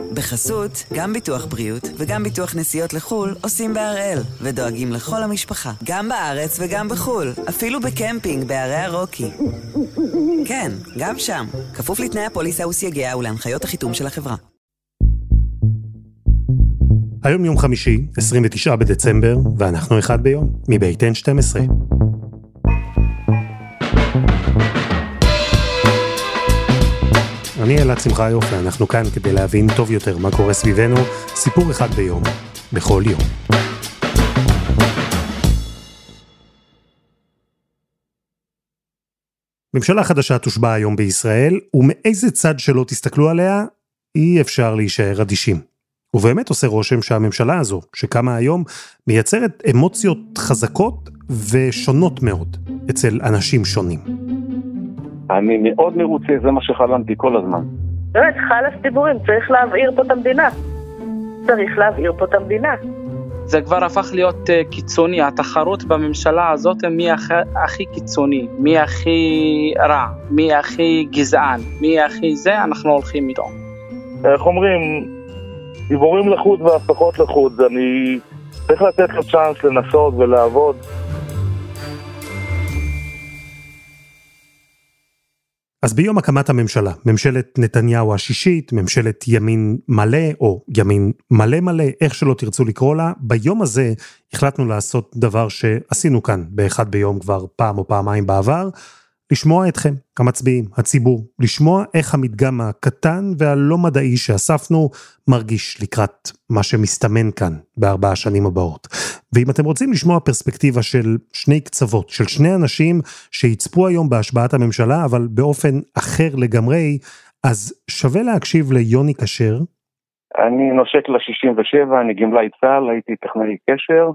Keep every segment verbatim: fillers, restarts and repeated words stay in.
בחסות, גם ביטוח בריאות וגם ביטוח נסיעות לחול עושים בהראל, ודואגים לכל המשפחה, גם בארץ וגם בחול, אפילו בקמפינג בערי הרוקי. כן, גם שם, כפוף לתנאי הפוליסה וסייגיה ולהנחיות החיתום של החברה. היום יום חמישי, עשרים ותשעה בדצמבר, ואנחנו אחד ביום, מבית אן שתים עשרה. אני אלעד שמחיוף, ואנחנו כאן כדי להבין טוב יותר מה קורה סביבנו, סיפור אחד ביום, בכל יום. ממשלה חדשה תושבע היום בישראל, ומאיזה צד שלא תסתכלו עליה, אי אפשר להישאר אדישים. ובאמת עושה רושם שהממשלה הזו, שקמה היום, מייצרת אמוציות חזקות ושונות מאוד אצל אנשים שונים. אני מאוד מרוצה, זה מה שחלמתי כל הזמן. באמת, חלס דיבורים, צריך להבעיר פה את המדינה. צריך להבעיר פה את המדינה. זה כבר הפך להיות uh, קיצוני, התחרות בממשלה הזאת, מי הכי, הכי קיצוני, מי הכי רע, מי הכי גזען, מי הכי זה, אנחנו הולכים איתו. איך אומרים, דיבורים לחוד והפכות לחוד, אני צריך לתת לו צ'אנס לנסות ולעבוד. אז ביום הקמת הממשלה, ממשלת נתניהו השישית, ממשלת ימין מלא או ימין מלא מלא, איך שלא תרצו לקרוא לה, ביום הזה החלטנו לעשות דבר שעשינו כאן באחד ביום כבר פעם או פעמיים בעבר, לשמוע אתכם, המצביעים, הציבור, לשמוע איך המדגם הקטן והלא מדעי שאספנו מרגיש לקראת מה שמסתמן כאן בארבע השנים הבאות. ואם אתם רוצים לשמוע פרספקטיבה של שני קצוות, של שני אנשים שיצפו היום בהשבעת הממשלה, אבל באופן אחר לגמרי, אז שווה להקשיב ליוני קשר. אני נושק ל-שישים ושבע, אני גמלאי צה"ל, הייתי טכנאי קשר,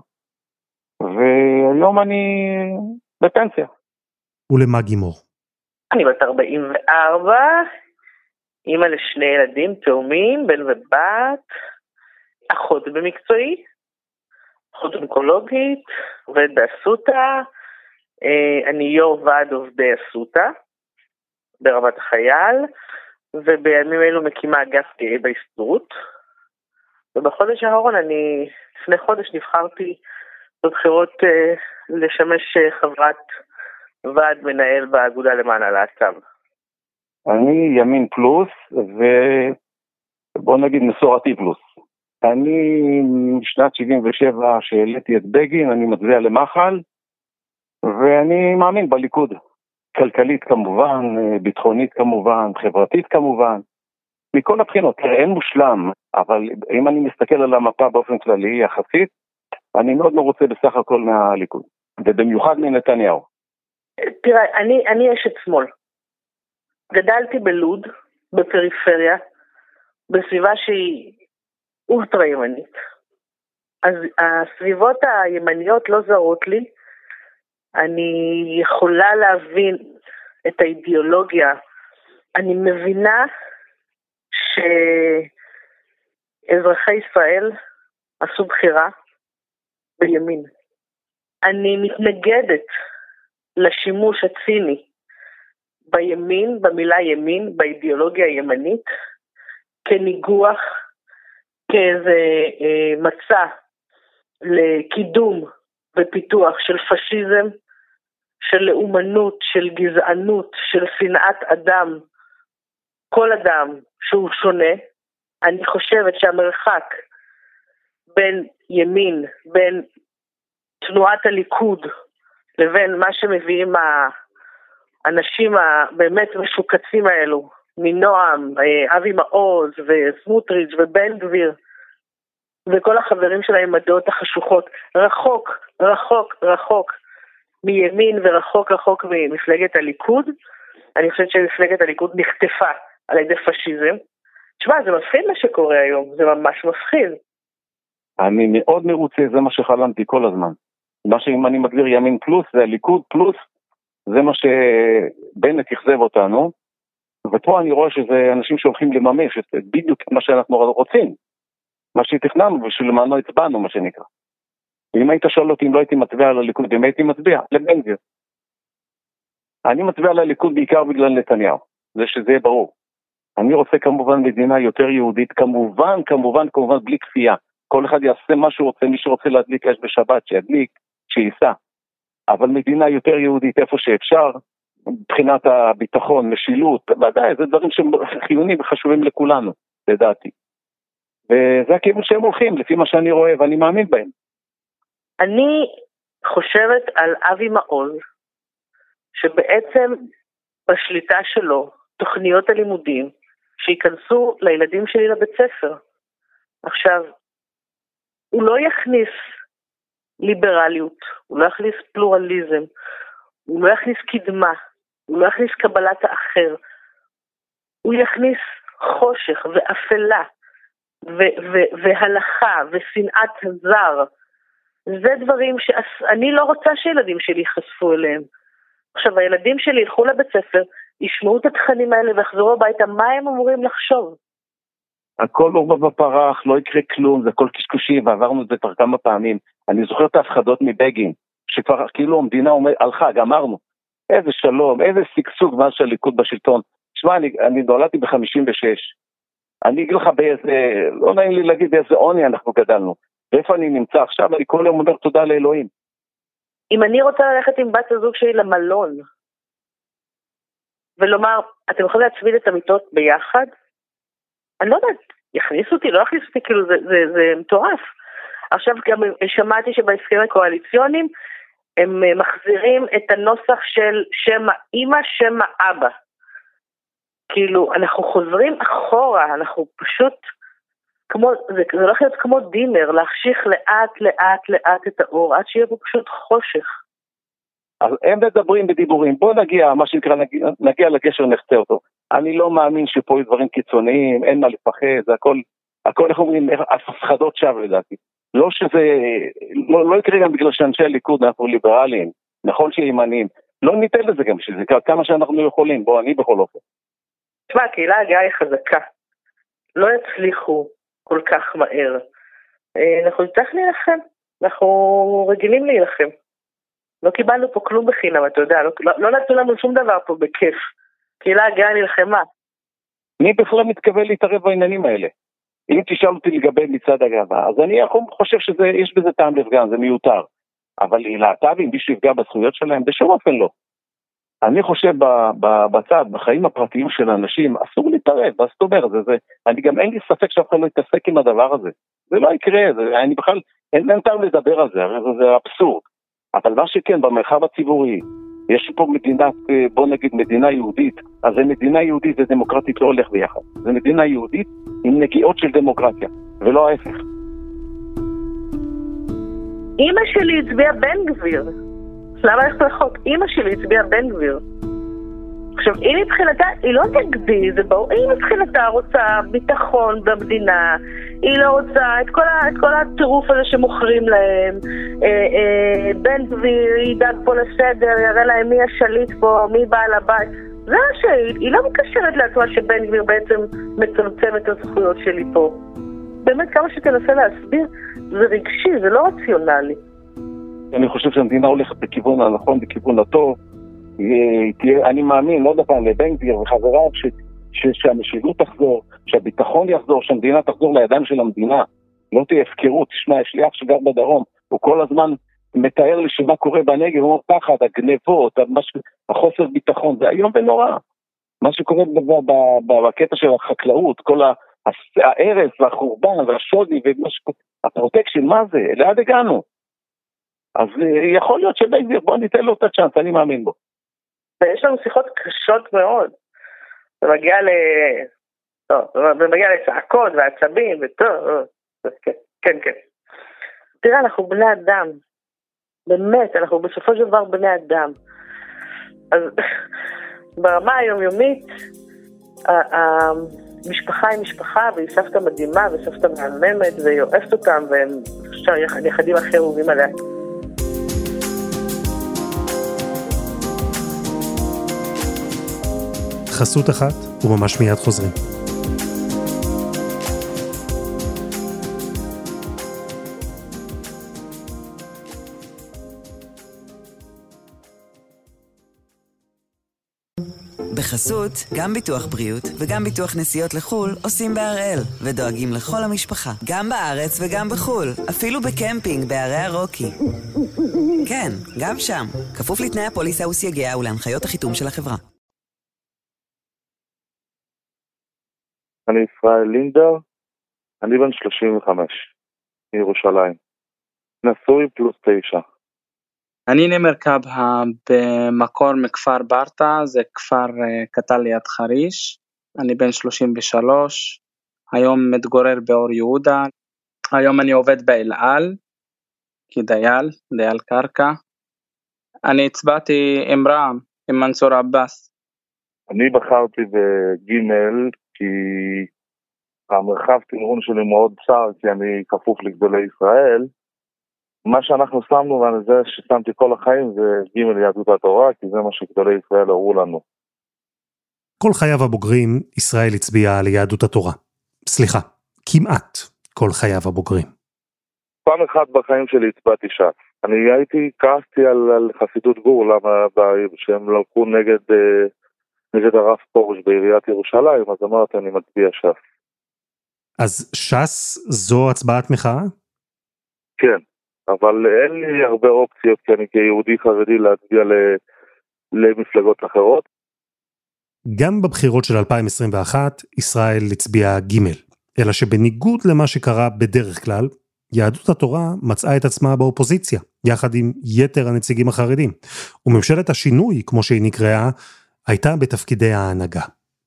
והיום אני בפנסיה. ולמה גימור? אני בת ארבעים וארבע, אמא לשני ילדים, תאומים, בן ובת, אחות במקצועי, אחות אונקולוגית, עובדת באסותא, אני יו"ר ועד עובדי אסותא, ברמת החייל, ובימים אלו מקימה אגף גאה בהסתדרות, ובחודש האחרון אני, לפני חודש נבחרתי בבחירות לשמש חברת ועד מנהל באגודה למען הלהט"ב. אני ימין פלוס, ובוא נגיד מסורתי פלוס. אני משנת שבעים ושבע שהעליתי את בגין, אני מצביע למחל, ואני מאמין בליכוד. כלכלית כמובן, ביטחונית כמובן, חברתית כמובן, מכל הבחינות. אין מושלם, אבל אם אני מסתכל על המפה באופן כללי יחסית, אני מאוד מרוצה בסך הכל מהליכוד, ובמיוחד מנתניהו. תראה, אני, אני אשת שמאל. גדלתי בלוד, בפריפריה, בסביבה שהיא אולטרה ימנית. אז הסביבות הימניות לא זרות לי. אני יכולה להבין את האידיאולוגיה. אני מבינה שאזרחי ישראל עשו בחירה בימין. אני מתנגדת לשימוש הציני בימין, במילה ימין, באידיאולוגיה הימנית, כניגוח, כאיזה אה, מצע לקידום ופיתוח של פשיזם, של לאומנות, של גזענות, של שנאת אדם, כל אדם שהוא שונה. אני חושבת שהמרחק בין ימין, בין תנועת הליכוד, לבין מה שמביאים האנשים הבאמת משוקצים האלו, מנועם, אבי מעוז וסמוטריץ' ובן גביר, וכל החברים שלהם מדעות החשוכות, רחוק, רחוק, רחוק מימין ורחוק רחוק ממפלגת הליכוד. אני חושבת שמפלגת הליכוד נחטפה על ידי פשיזם. תשמע, זה מפחיד מה שקורה היום, זה ממש מפחיד. אני מאוד מרוצה, זה מה שחלמתי כל הזמן. מה שאם אני מגדיר ימין פלוס, זה הליכוד פלוס, זה מה שבנט יחזב אותנו, ופה אני רואה שזה אנשים שהולכים לממש את בדיוק מה שאנחנו רוצים, מה שתכננו ושלמענו הצבענו, מה שנקרא. ואם היית שואל אותי אם לא הייתי מצביע על הליכוד, אם הייתי מצביע לבן גביר. אני מצביע על הליכוד בעיקר בגלל נתניהו, זה שזה יהיה ברור. אני רוצה כמובן מדינה יותר יהודית, כמובן, כמובן, כמובן, בלי כפייה. כל אחד יעשה מה שהוא רוצה, מי שרוצה להדליק אש בשבת, שידליק, שייסע. אבל מדינה יותר יהודית איפה שאפשר, מבחינת הביטחון, משילות, ודאי, זה דברים שהם חיוניים וחשובים לכולנו, לדעתי. וזה הכיוון שהם הולכים, לפי מה שאני רואה, ואני מאמין בהם. אני חושבת על אבי מעוז, שבעצם בשליטה שלו, תוכניות הלימודים, שיכנסו לילדים שלי לבית ספר. עכשיו, הוא לא יכניס ליברליות, הוא לא יכניס פלורליזם, הוא לא יכניס קדמה, הוא לא יכניס קבלת האחר, הוא יכניס חושך ואפלה, ו- ו- והלכה ושנאת זר. זה דברים שאני לא רוצה שילדים שלי יחשפו אליהם. עכשיו, הילדים שלי ילכו לבית ספר, ישמעו את התכנים האלה ויחזרו הביתה, מה הם אמורים לחשוב? הכל עורבא בפרח, לא יקרה כלום, זה הכל קשקושי, ועברנו את זה כבר כמה פעמים. אני זוכר את ההפחדות מבגין, שכבר כאילו המדינה אומר, הלכה, גמרנו. איזה שלום, איזה סגסוג מאז של ליכוד בשלטון. תשמע, אני, אני נולדתי ב-חמישים ושש. אני אגיד לך באיזה, לא נעים לי להגיד באיזה עוני אנחנו גדלנו. ואיפה אני נמצא עכשיו, אני כל יום אומר תודה לאלוהים. אם אני רוצה ללכת עם בת הזוג שלי למלון, ולומר, אתם יכולים להצמיד את המיטות ביחד? אני לא יודעת, יכניסו אותי, לא יכניסו אותי, כאילו זה, זה, זה מטורף. עכשיו גם שמעתי שבהסכמים הקואליציוניים, הם מחזירים את הנוסח של שם האמא, שם האבא. כאילו, אנחנו חוזרים אחורה, אנחנו פשוט, כמו, זה, זה הולך להיות כמו דימר, להחשיך לאט, לאט, לאט את האור, עד שיהיה פה פשוט חושך. אז הם מדברים בדיבורים, בוא נגיע, מה שנקרא, נגיע, נגיע לגשר, נחצה אותו. אני לא מאמין שפה יש דברים קיצוניים, אין מה לפחד, זה הכל, הכל, איך אומרים, הפחדות שווא לדעתי. לא שזה, לא, לא יקרה גם בגלל שאנשי הליכוד אנחנו ליברליים, נכון שימניים, לא ניתן לזה גם שזה, כמה שאנחנו יכולים, בוא, אני בכל אופן. תשמע, הקהילה הגאה היא חזקה, לא יצליחו כל כך מהר, אנחנו נצטרך להילחם, אנחנו רגילים להילחם, לא קיבלנו פה כלום בחינם, אתה יודע, לא, לא, לא נתנו לנו שום דבר פה בכיף, קהילה הגאה נלחמה. מי בכלל מתכוון להתערב בעניינים האלה? אם תשאל אותי לגבי מצד הגאווה, אז אני חושב שיש בזה טעם לפגם, זה מיותר. אבל להט"בים, מישהו יפגע בזכויות שלהם, בשום אופן לא. אני חושב בצד, בחיים הפרטיים של האנשים, אסור להתערב, אז זאת אומרת, זה, זה, אני גם אין לי ספק שאף אחד לא יתעסק עם הדבר הזה. זה לא יקרה, זה, אני בכלל, אין, אין טעם לדבר על זה, הרי זה, זה אבסורד. אבל מה שכן, במרחב הציבורי, יש פה מדינה, בוא נגיד מדינה יהודית, אז זה מדינה יהודית ודמוקרטית לא הולך ביחד. זה מדינה יהודית עם נגיעות של דמוקרטיה, ולא ההפך. אמא שלי הצביעה בן גביר. למה הלכת לחוק? אמא שלי הצביעה בן גביר. עכשיו, היא מבחינתה, היא לא נגדי, זה ברור, היא מבחינתה רוצה ביטחון במדינה, היא לא רוצה את כל, ה, את כל הטירוף הזה שמוכרים להם, אה, אה, בן גביר ידאג פה לסדר, יראה להם מי השליט פה, מי בעל הבית, זה השאלה, היא לא מקשרת לעצמה שבן גביר בעצם מצמצם את הזכויות שלי פה. באמת כמה שתנסה להסביר, זה רגשי, זה לא רציונלי. אני חושב שהמדינה הולכת בכיוון הנכון, בכיוון הטוב, אני מאמין, לא דבר, לבן גביר וחבריו, שהמשילות תחזור, שהביטחון יחזור, שהמדינה תחזור לידיים של המדינה, לא תהיה הפקרות. תשמע, יש לי אח שגר בדרום, הוא כל הזמן מתאר לי שמה קורה בנגב, הוא אומר פחד, הגנבות, החוסר ביטחון, זה היום ונורא. מה שקורה בקטע של החקלאות, כל הערס והחורבן והשודי והפרוטקשן, מה זה? לאן הגענו? אז יכול להיות שבן גביר, בוא ניתן לו את הצ'אנס, אני מאמין בו. ויש לנו שיחות קשות מאוד. זה מגיע ל... זה מגיע לצעקות ועצבים וטוב. כן, כן, כן. תראה, אנחנו בני אדם. באמת, אנחנו בסופו של דבר בני אדם. אז ברמה היומיומית, המשפחה היא משפחה, והיא סבתא מדהימה, וסבתא מהממת, והיא אוהבת אותם, והם יחדים הכי אהובים עליה. חסות אחת, וממש מיד חוזרים. בחסות, גם ביטוח בריאות וגם ביטוח נסיעות לחול עושים בהראל, ודואגים לכל המשפחה, גם בארץ וגם בחול, אפילו בקמפינג בערי הרוקי. כן, גם שם, כפוף לתנאי הפוליסה וסייגיה ולהנחיות החיתום של החברה. אני ישראל לינדר, אני בן שלושים וחמש, מירושלים. נשוי פלוס תשע. אני נימר קבהה, במקור מכפר ברטה, זה כפר קטן ליד חריש. אני בן שלושים ושלוש, היום מתגורר באור יהודה. היום אני עובד באל על, כדייל, דייל קרקע. אני הצבעתי עם רע"מ, עם מנסור עבאס. אני בחרתי בגימל, כי המרחב תמרון שלי מאוד צר, כי אני כפוף לגדולי ישראל. מה שאנחנו שמנו, וזה ששמתי כל החיים, זה גימל יהדות התורה, כי זה מה שגדולי ישראל הראו לנו. כל חייו הבוגרים, ישראל הצביע ליהדות התורה. סליחה, כמעט כל חייו הבוגרים. פעם אחת בחיים שלי הצבעתי ש"ס. אני הייתי, כעסתי על, על חסידות גור, למה שהם לקחו נגד, נגד הרב פרוש בעיריית ירושלים, אז אמרתי, אני מצביע ש"ס. אז ש"ס זו הצבעת מחאה? כן. אבל אין לי הרבה אופציות, כי אני כיהודי חרדי להצביע למפלגות אחרות. גם בבחירות של אלפיים עשרים ואחת, ישראל הצביעה גימל. אלא שבניגוד למה שקרה בדרך כלל, יהדות התורה מצאה את עצמה באופוזיציה, יחד עם יתר הנציגים החרדים. וממשלת השינוי, כמו שהיא נקראה, הייתה בתפקידי ההנהגה.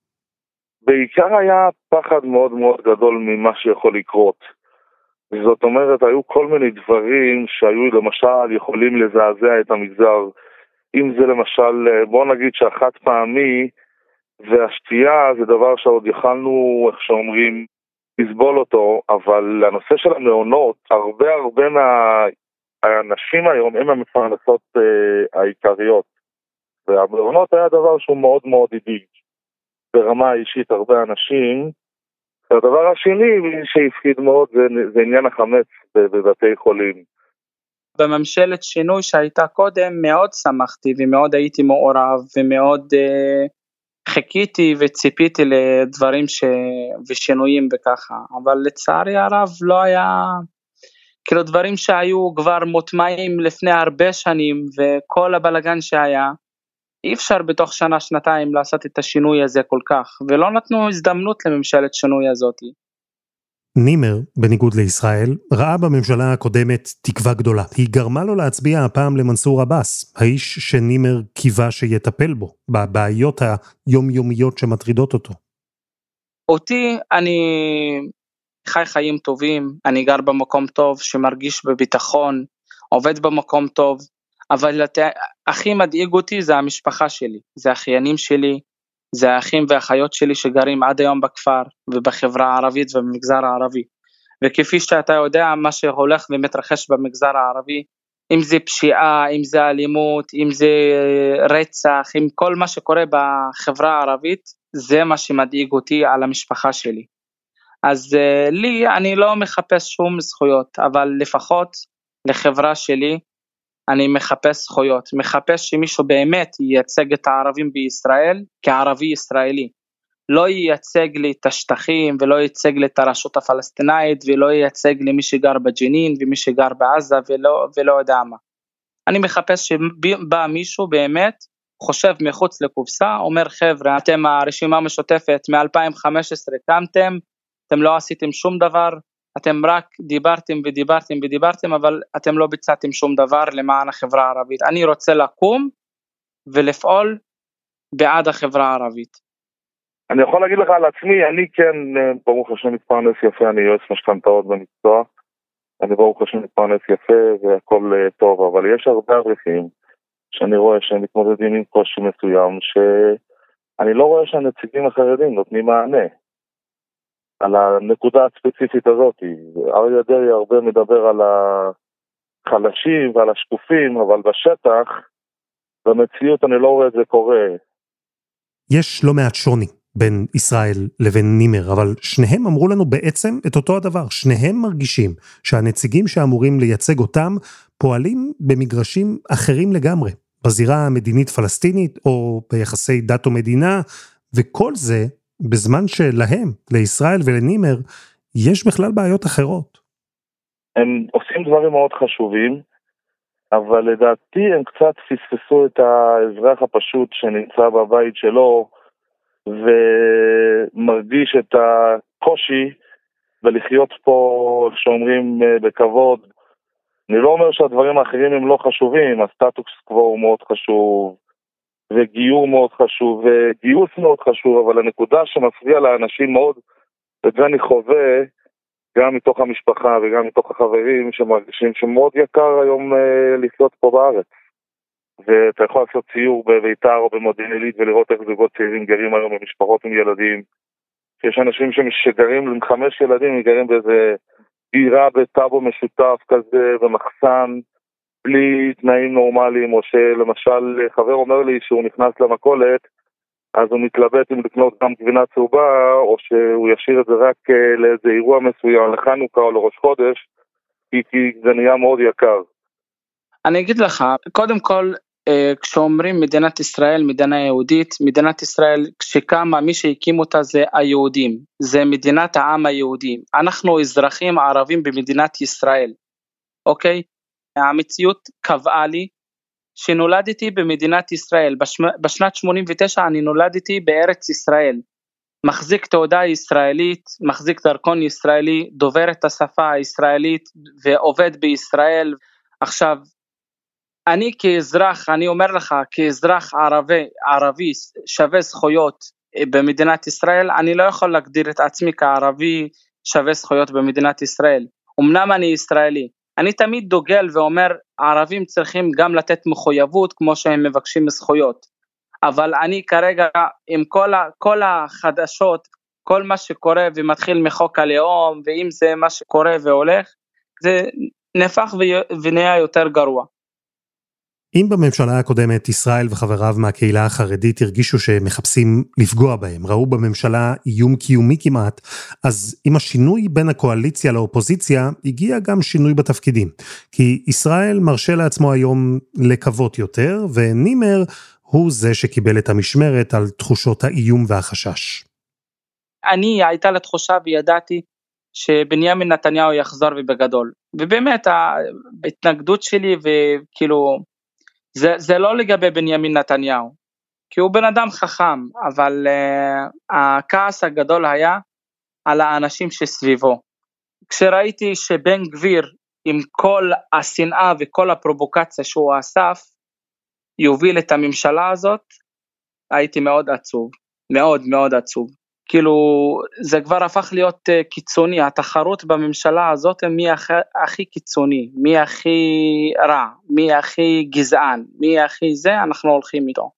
בעיקר היה פחד מאוד מאוד גדול ממה שיכול לקרות. זאת אומרת, היו כל מיני דברים שהיו למשל יכולים לזעזע את המגזר. אם זה למשל, בוא נגיד שהחד פעמי והשתייה זה דבר שעוד יכלנו, איך שאומרים, לסבול אותו, אבל הנושא של המעונות, הרבה הרבה מהאנשים היום הם המפרנסות אה, העיקריות. והמעונות היה דבר שהוא מאוד מאוד הדאיג. ברמה האישית הרבה אנשים, והדבר השני שהפחיד מאוד זה, זה עניין החמץ בבתי חולים. בממשלת שינוי שהייתה קודם מאוד שמחתי ומאוד הייתי מעורב ומאוד uh, חיכיתי וציפיתי לדברים ש... ושינויים וככה, אבל לצערי הרב לא היה, כאילו דברים שהיו כבר מוטמעים לפני הרבה שנים וכל הבלגן שהיה, אי אפשר בתוך שנה, שנתיים לעשות את השינוי הזה כל כך, ולא נתנו הזדמנות לממשלת שינוי הזאת. נימר, בניגוד לישראל, ראה בממשלה הקודמת תקווה גדולה. היא גרמה לו להצביע הפעם למנסור עבאס, האיש שנימר קיווה שיטפל בו, בבעיות היומיומיות שמטרידות אותו. אותי, אני חי חיים טובים, אני גר במקום טוב, שמרגיש בביטחון, עובד במקום טוב, אבל הכי מדאיג אותי זה המשפחה שלי, זה האחיינים שלי, זה האחים והאחיות שלי שגרים עד היום בכפר ובחברה הערבית ובמגזר הערבי. וכפי שאתה יודע מה שהולך ומתרחש במגזר הערבי, אם זה פשיעה, אם זה אלימות, אם זה רצח, אם כל מה שקורה בחברה הערבית, זה מה שמדאיג אותי על המשפחה שלי. אז לי, אני לא מחפש שום זכויות, אבל לפחות לחברה שלי, אני מחפש זכויות, מחפש שמישהו באמת ייצג את הערבים בישראל כערבי ישראלי, לא ייצג לי את השטחים ולא ייצג לי את הרשות הפלסטינאית ולא ייצג לי מי שגר בג'נין ומי שגר בעזה ולא, ולא יודע מה. אני מחפש שבא מישהו באמת חושב מחוץ לקופסה, אומר חבר'ה, אתם הרשימה המשותפת מ-אלפיים וחמש עשרה קמתם, אתם לא עשיתם שום דבר, אתם רק דיברתם ודיברתם ודיברתם, אבל אתם לא ביצעתם שום דבר למען החברה הערבית. אני רוצה לקום ולפעול בעד החברה הערבית. אני יכול להגיד לך על עצמי, אני כן, ברוך השם מתפרנס יפה, אני יועץ משכנתאות במקצוע, אני ברוך השם מתפרנס יפה והכל טוב, אבל יש הרבה אברכים שאני רואה שהם מתמודדים עם קושי מסוים, שאני לא רואה שהנציגים החרדים נותנים מענה. על הנקודה הספציפית הזאת, אריה דרעי הרבה מדבר על החלשים ועל השקופים, אבל בשטח, במציאות אני לא רואה את זה קורה. יש לא מעט שוני בין ישראל לבין נימר, אבל שניהם אמרו לנו בעצם את אותו הדבר. שניהם מרגישים שהנציגים שאמורים לייצג אותם פועלים במגרשים אחרים לגמרי. בזירה המדינית פלסטינית או ביחסי דת ומדינה, וכל זה בזמן שלהם, לישראל ולנימר, יש בכלל בעיות אחרות. הם עושים דברים מאוד חשובים, אבל לדעתי הם קצת פספסו את האזרח הפשוט שנמצא בבית שלו, ומרגיש את הקושי בלחיות פה, איך שאומרים, בכבוד. אני לא אומר שהדברים האחרים הם לא חשובים, הסטטוס קוו הוא מאוד חשוב, וגיור מאוד חשוב, וגיוס מאוד חשוב, אבל הנקודה שמפריע לאנשים מאוד, את זה אני חווה, גם מתוך המשפחה וגם מתוך החברים שמרגישים שמאוד יקר היום אה, לחיות פה בארץ. ואתה יכול לעשות ציור בביתר או במודיעין עילית ולראות איך זוגות צעירים גרים היום במשפחות עם ילדים. יש אנשים שגרים עם חמש ילדים, גרים באיזה דירה בטאבו משותף כזה, במחסן, בלי תנאים נורמליים, או שלמשל חבר אומר לי שהוא נכנס למכולת, אז הוא מתלבט אם לקנות גם גבינה צהובה, או שהוא ישאיר את זה רק לאיזה אירוע מסוים, לחנוכה או לראש חודש, כי, כי זה נהיה מאוד יקר. אני אגיד לך, קודם כל, כשאומרים מדינת ישראל, מדינה יהודית, מדינת ישראל כשקמה, מי שהקים אותה זה היהודים, זה מדינת העם היהודי. אנחנו אזרחים ערבים במדינת ישראל, אוקיי? המציאות קבעה לי, שנולדתי במדינת ישראל, בשנת שמונים ותשע אני נולדתי בארץ ישראל, מחזיק תעודה ישראלית, מחזיק דרכון ישראלי, דובר את השפה הישראלית ועובד בישראל. עכשיו, אני כאזרח, אני אומר לך, כאזרח ערבי, ערבי שווה זכויות במדינת ישראל, אני לא יכול להגדיר את עצמי כערבי שווה זכויות במדינת ישראל. אמנם אני ישראלי, אני תמיד דוגל ואומר, הערבים צריכים גם לתת מחויבות כמו שהם מבקשים זכויות. אבל אני כרגע עם כל, ה, כל החדשות, כל מה שקורה ומתחיל מחוק הלאום, ואם זה מה שקורה והולך, זה נפח ונהיה יותר גרוע. אם בממשלה הקודמת ישראל וחבריו מהקהילה החרדית הרגישו שמחפשים לפגוע בהם, ראו בממשלה איום קיומי כמעט, אז עם השינוי בין הקואליציה לאופוזיציה, הגיע גם שינוי בתפקידים. כי ישראל מרשה לעצמו היום לקוות יותר, ונימר הוא זה שקיבל את המשמרת על תחושות האיום והחשש. אני הייתה לתחושה וידעתי שבנימין נתניהו יחזור ובגדול. ובאמת ההתנגדות שלי וכאילו, זה, זה לא לגבי בנימין נתניהו, כי הוא בן אדם חכם, אבל uh, הכעס הגדול היה על האנשים שסביבו. כשראיתי שבן גביר עם כל השנאה וכל הפרובוקציה שהוא אסף, יוביל את הממשלה הזאת, הייתי מאוד עצוב, מאוד מאוד עצוב. כאילו זה כבר הפך להיות uh, קיצוני, התחרות בממשלה הזאת מי הכי, הכי קיצוני, מי הכי רע, מי הכי גזען, מי הכי זה, אנחנו הולכים איתו.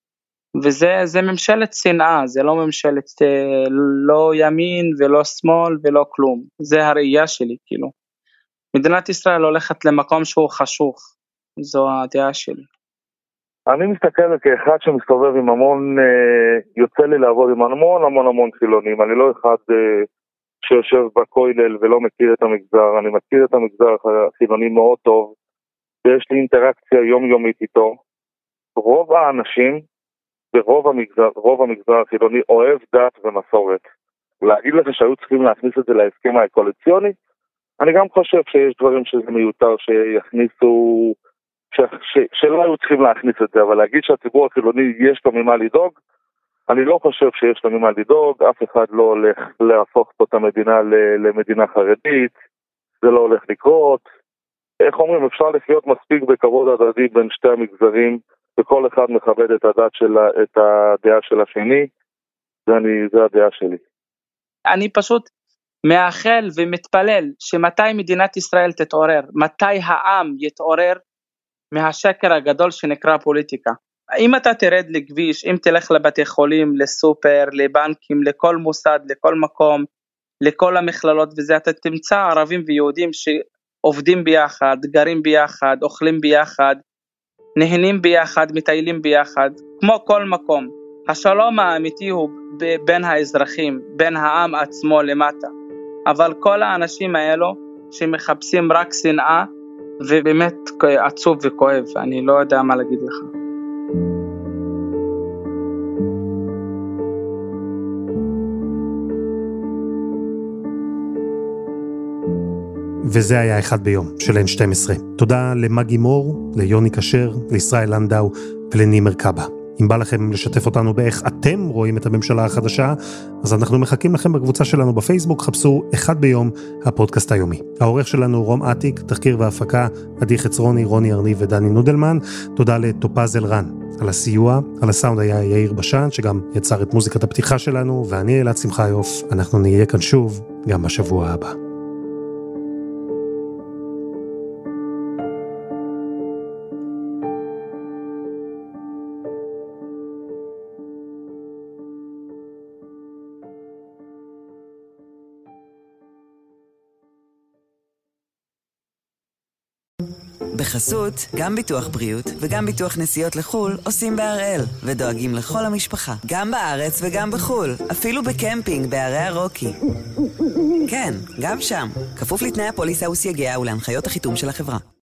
וזה זה ממשלת שנאה, זה לא ממשלת uh, לא ימין ולא שמאל ולא כלום, זה הראייה שלי כאילו. מדינת ישראל הולכת למקום שהוא חשוך, זו הדעה שלי. אני מסתכל כאחד שמסתובב עם המון, יוצא לי לעבוד עם המון המון המון חילונים, אני לא אחד שיושב בכולל ולא מכיר את המגזר, אני מכיר את המגזר החילוני מאוד טוב, ויש לי אינטראקציה יומיומית איתו. רוב האנשים ברוב המגזר, רוב המגזר החילוני אוהב דת ומסורת. להגיד לך שהיו צריכים להכניס את זה להסכם הקואליציוני, אני גם חושב שיש דברים שזה מיותר שיכניסו, ש, ש, שלא היו צריכים להכניס את זה, אבל להגיד שהציבור החילוני יש לו ממה לדאוג, אני לא חושב שיש לו ממה לדאוג, אף אחד לא הולך להפוך פה את המדינה למדינה חרדית, זה לא הולך לקרות. איך אומרים, אפשר לחיות מספיק בכבוד הדדי בין שתי המגזרים, וכל אחד מכבד את הדת של, את הדעה של השני, זה, אני, זה הדעה שלי. אני פשוט מאחל ומתפלל שמתי מדינת ישראל תתעורר, מתי העם יתעורר מהשקר הגדול שנקרא פוליטיקה. אם אתה תרד לכביש, אם תלך לבתי חולים, לסופר, לבנקים, לכל מוסד, לכל מקום, לכל המכללות וזה, אתה תמצא ערבים ויהודים שעובדים ביחד, גרים ביחד, אוכלים ביחד, נהנים ביחד, מטיילים ביחד, כמו כל מקום. השלום האמיתי הוא בין האזרחים, בין העם עצמו למטה. אבל כל האנשים האלו שמחפשים רק שנאה ובאמת עצוב וכואב, אני לא יודע מה להגיד לך. וזה היה אחד ביום של אן שתים עשרה. תודה למגי מור, ליוני קשר, לישראל לנדאו ולנימר קאבה. אם בא לכם לשתף אותנו באיך אתם רואים את הממשלה החדשה, אז אנחנו מחכים לכם בקבוצה שלנו בפייסבוק, חפשו אחד ביום הפודקאסט היומי. העורך שלנו רום עתיק, תחקיר והפקה, עדי חצרוני, רוני ארני ודני נודלמן. תודה לטופז אלרן על הסיוע, על הסאונד היה יאיר בשן, שגם יצר את מוזיקת הפתיחה שלנו, ואני אלעד שמחיוף. אנחנו נהיה כאן שוב גם בשבוע הבא. בחסות, גם ביטוח בריאות וגם ביטוח נסיעות לחול עושים בהראל ודואגים לכל המשפחה, גם בארץ וגם בחול, אפילו בקמפינג בערי הרוקי. כן, גם שם, כפוף לתנאי הפוליסה וסייגיה ולהנחיות החיתום של החברה.